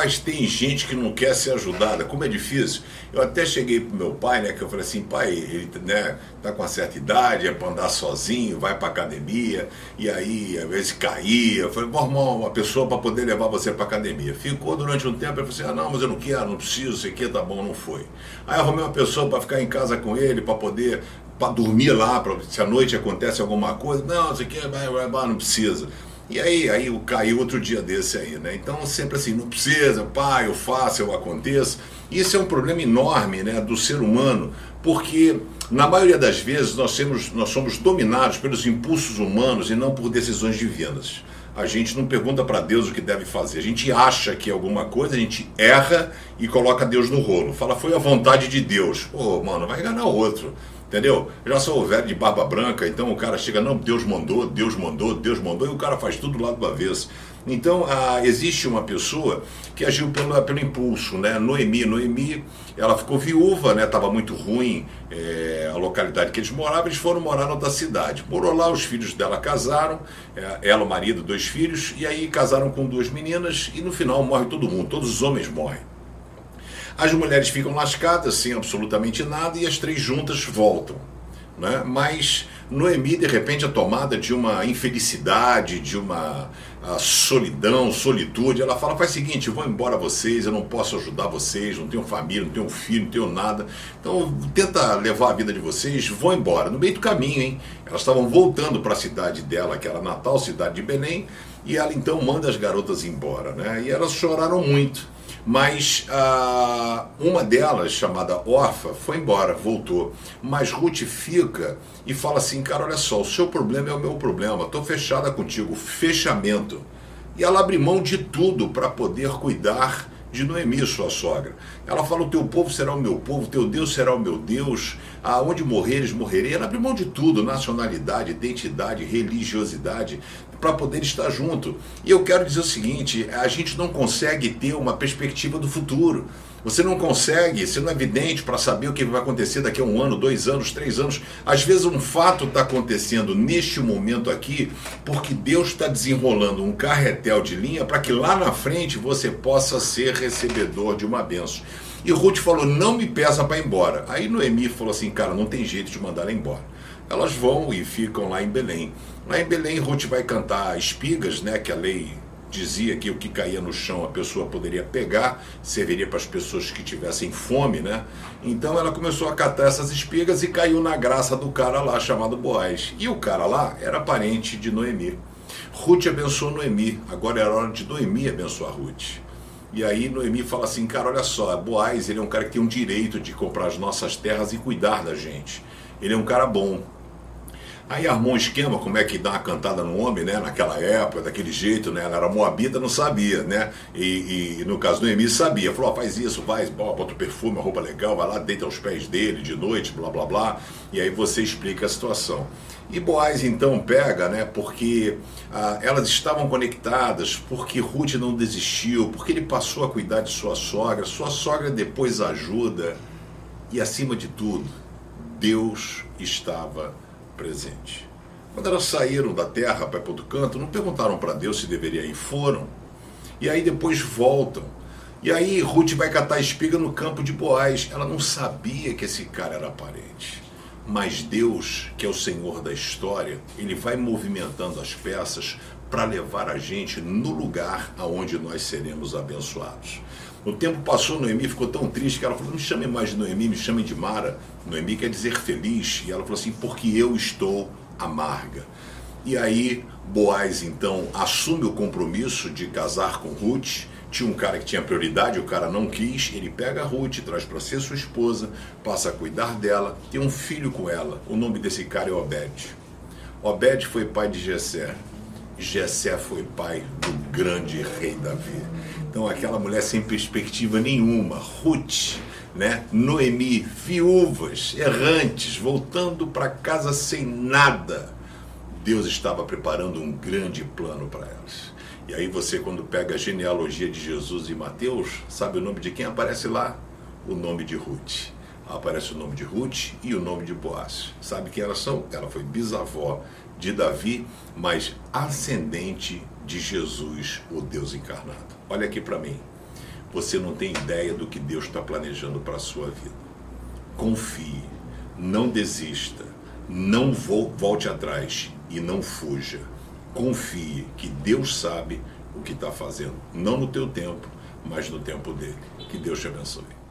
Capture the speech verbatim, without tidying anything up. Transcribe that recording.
Rapaz, tem gente que não quer ser ajudada, como é difícil. Eu até cheguei pro meu pai, né, que eu falei assim, pai, ele, né, tá com uma certa idade, é para andar sozinho, vai pra academia, e aí às vezes caía. Eu falei, vou arrumar uma pessoa para poder levar você pra academia. Ficou durante um tempo, ele falou assim, ah não, mas eu não quero, não preciso, sei que, tá bom, não foi. Aí arrumei uma pessoa para ficar em casa com ele, para poder, para dormir lá, pra, se à noite acontece alguma coisa, não, sei que, vai, vai, vai, não precisa. E aí, aí eu caí outro dia desse aí, né? Então sempre assim, não precisa, pai, eu faço, eu aconteço. Isso é um problema enorme, né, do ser humano, porque na maioria das vezes nós, temos, nós somos dominados pelos impulsos humanos e não por decisões divinas. A gente não pergunta para Deus o que deve fazer, a gente acha que é alguma coisa, a gente erra e coloca Deus no rolo. Fala, foi a vontade de Deus. Pô, mano, vai enganar o outro. Entendeu? Eu já sou o velho de barba branca, então o cara chega, não, Deus mandou, Deus mandou, Deus mandou, e o cara faz tudo lá do avesso. Então, ah, existe uma pessoa que agiu pelo, pelo impulso, né? Noemi, Noemi, ela ficou viúva, né? Estava muito ruim é, a localidade que eles moravam, eles foram morar na outra cidade. Morou lá, os filhos dela casaram, é, ela, o marido, dois filhos, e aí casaram com duas meninas, e no final morre todo mundo, todos os homens morrem. As mulheres ficam lascadas, sem absolutamente nada, e as três juntas voltam, né? Mas Noemi, de repente, é tomada de uma infelicidade, de uma solidão, solitude. Ela fala, faz o seguinte, vou embora vocês, eu não posso ajudar vocês, não tenho família, não tenho filho, não tenho nada. Então tenta levar a vida de vocês, vou embora. No meio do caminho, hein? Elas estavam voltando para a cidade dela, que era a natal, cidade de Belém, e ela então manda as garotas embora, né? E elas choraram muito. Mas ah, uma delas, chamada Orfa, foi embora, voltou. Mas Ruth fica e fala assim, cara, olha só, o seu problema é o meu problema, estou fechada contigo, fechamento. E ela abre mão de tudo para poder cuidar de Noemi, sua sogra. Ela fala, o teu povo será o meu povo, teu Deus será o meu Deus, aonde morreres, morrerei. Ela abre mão de tudo, nacionalidade, identidade, religiosidade, para poder estar junto. E eu quero dizer o seguinte, a gente não consegue ter uma perspectiva do futuro. Você não consegue, você não é vidente para saber o que vai acontecer daqui a um ano, dois anos, três anos. Às vezes um fato está acontecendo neste momento aqui, porque Deus está desenrolando um carretel de linha para que lá na frente você possa ser recebedor de uma bênção. E Ruth falou, não me peça para ir embora. Aí Noemi falou assim, cara, não tem jeito de mandar ela embora. Elas vão e ficam lá em Belém. Lá em Belém, Ruth vai cantar espigas, né, que a lei dizia que o que caía no chão a pessoa poderia pegar, serviria para as pessoas que tivessem fome, né? Então ela começou a catar essas espigas e caiu na graça do cara lá chamado Boaz. E o cara lá era parente de Noemi. Ruth abençoou Noemi, agora era hora de Noemi abençoar Ruth. E aí Noemi fala assim, cara, olha só, Boaz, ele é um cara que tem um direito de comprar as nossas terras e cuidar da gente. Ele é um cara bom. Aí armou um esquema, como é que dá uma cantada no homem, né? Naquela época, daquele jeito, né? Ela era moabita, não sabia, né? E, e no caso do Noemi sabia. Falou, ó, faz isso, vai, bota o perfume, uma roupa legal, vai lá, deita aos pés dele de noite, blá, blá, blá. E aí você explica a situação. E Boaz então pega, né? Porque ah, elas estavam conectadas, porque Ruth não desistiu, porque ele passou a cuidar de sua sogra. Sua sogra depois ajuda. E acima de tudo, Deus estava presente. Quando elas saíram da terra para ir para outro canto, não perguntaram para Deus se deveria ir, foram. E aí depois voltam. E aí Ruth vai catar espiga no campo de Boaz. Ela não sabia que esse cara era parente. Mas Deus, que é o Senhor da história, ele vai movimentando as peças para levar a gente no lugar aonde nós seremos abençoados. O tempo passou, Noemi ficou tão triste que ela falou, não me chame mais de Noemi, me chame de Mara. Noemi quer dizer feliz. E ela falou assim, porque eu estou amarga. E aí Boaz então assume o compromisso de casar com Ruth. Tinha um cara que tinha prioridade, o cara não quis. Ele pega a Ruth, traz para ser sua esposa, passa a cuidar dela, tem um filho com ela. O nome desse cara é Obed. Obed foi pai de Jessé. Jessé foi pai do grande rei Davi. Então aquela mulher sem perspectiva nenhuma, Ruth, né? Noemi, viúvas, errantes, voltando para casa sem nada. Deus estava preparando um grande plano para elas. E aí você, quando pega a genealogia de Jesus e Mateus, sabe o nome de quem aparece lá? O nome de Ruth. Aparece o nome de Ruth e o nome de Boaz. Sabe quem elas são? Ela foi bisavó de Davi, mas ascendente de Jesus, o Deus encarnado. Olha aqui para mim. você não tem ideia do que Deus está planejando para a sua vida. Confie, não desista, não volte atrás e não fuja. Confie que Deus sabe o que está fazendo, não no teu tempo, mas no tempo dele. Que Deus te abençoe.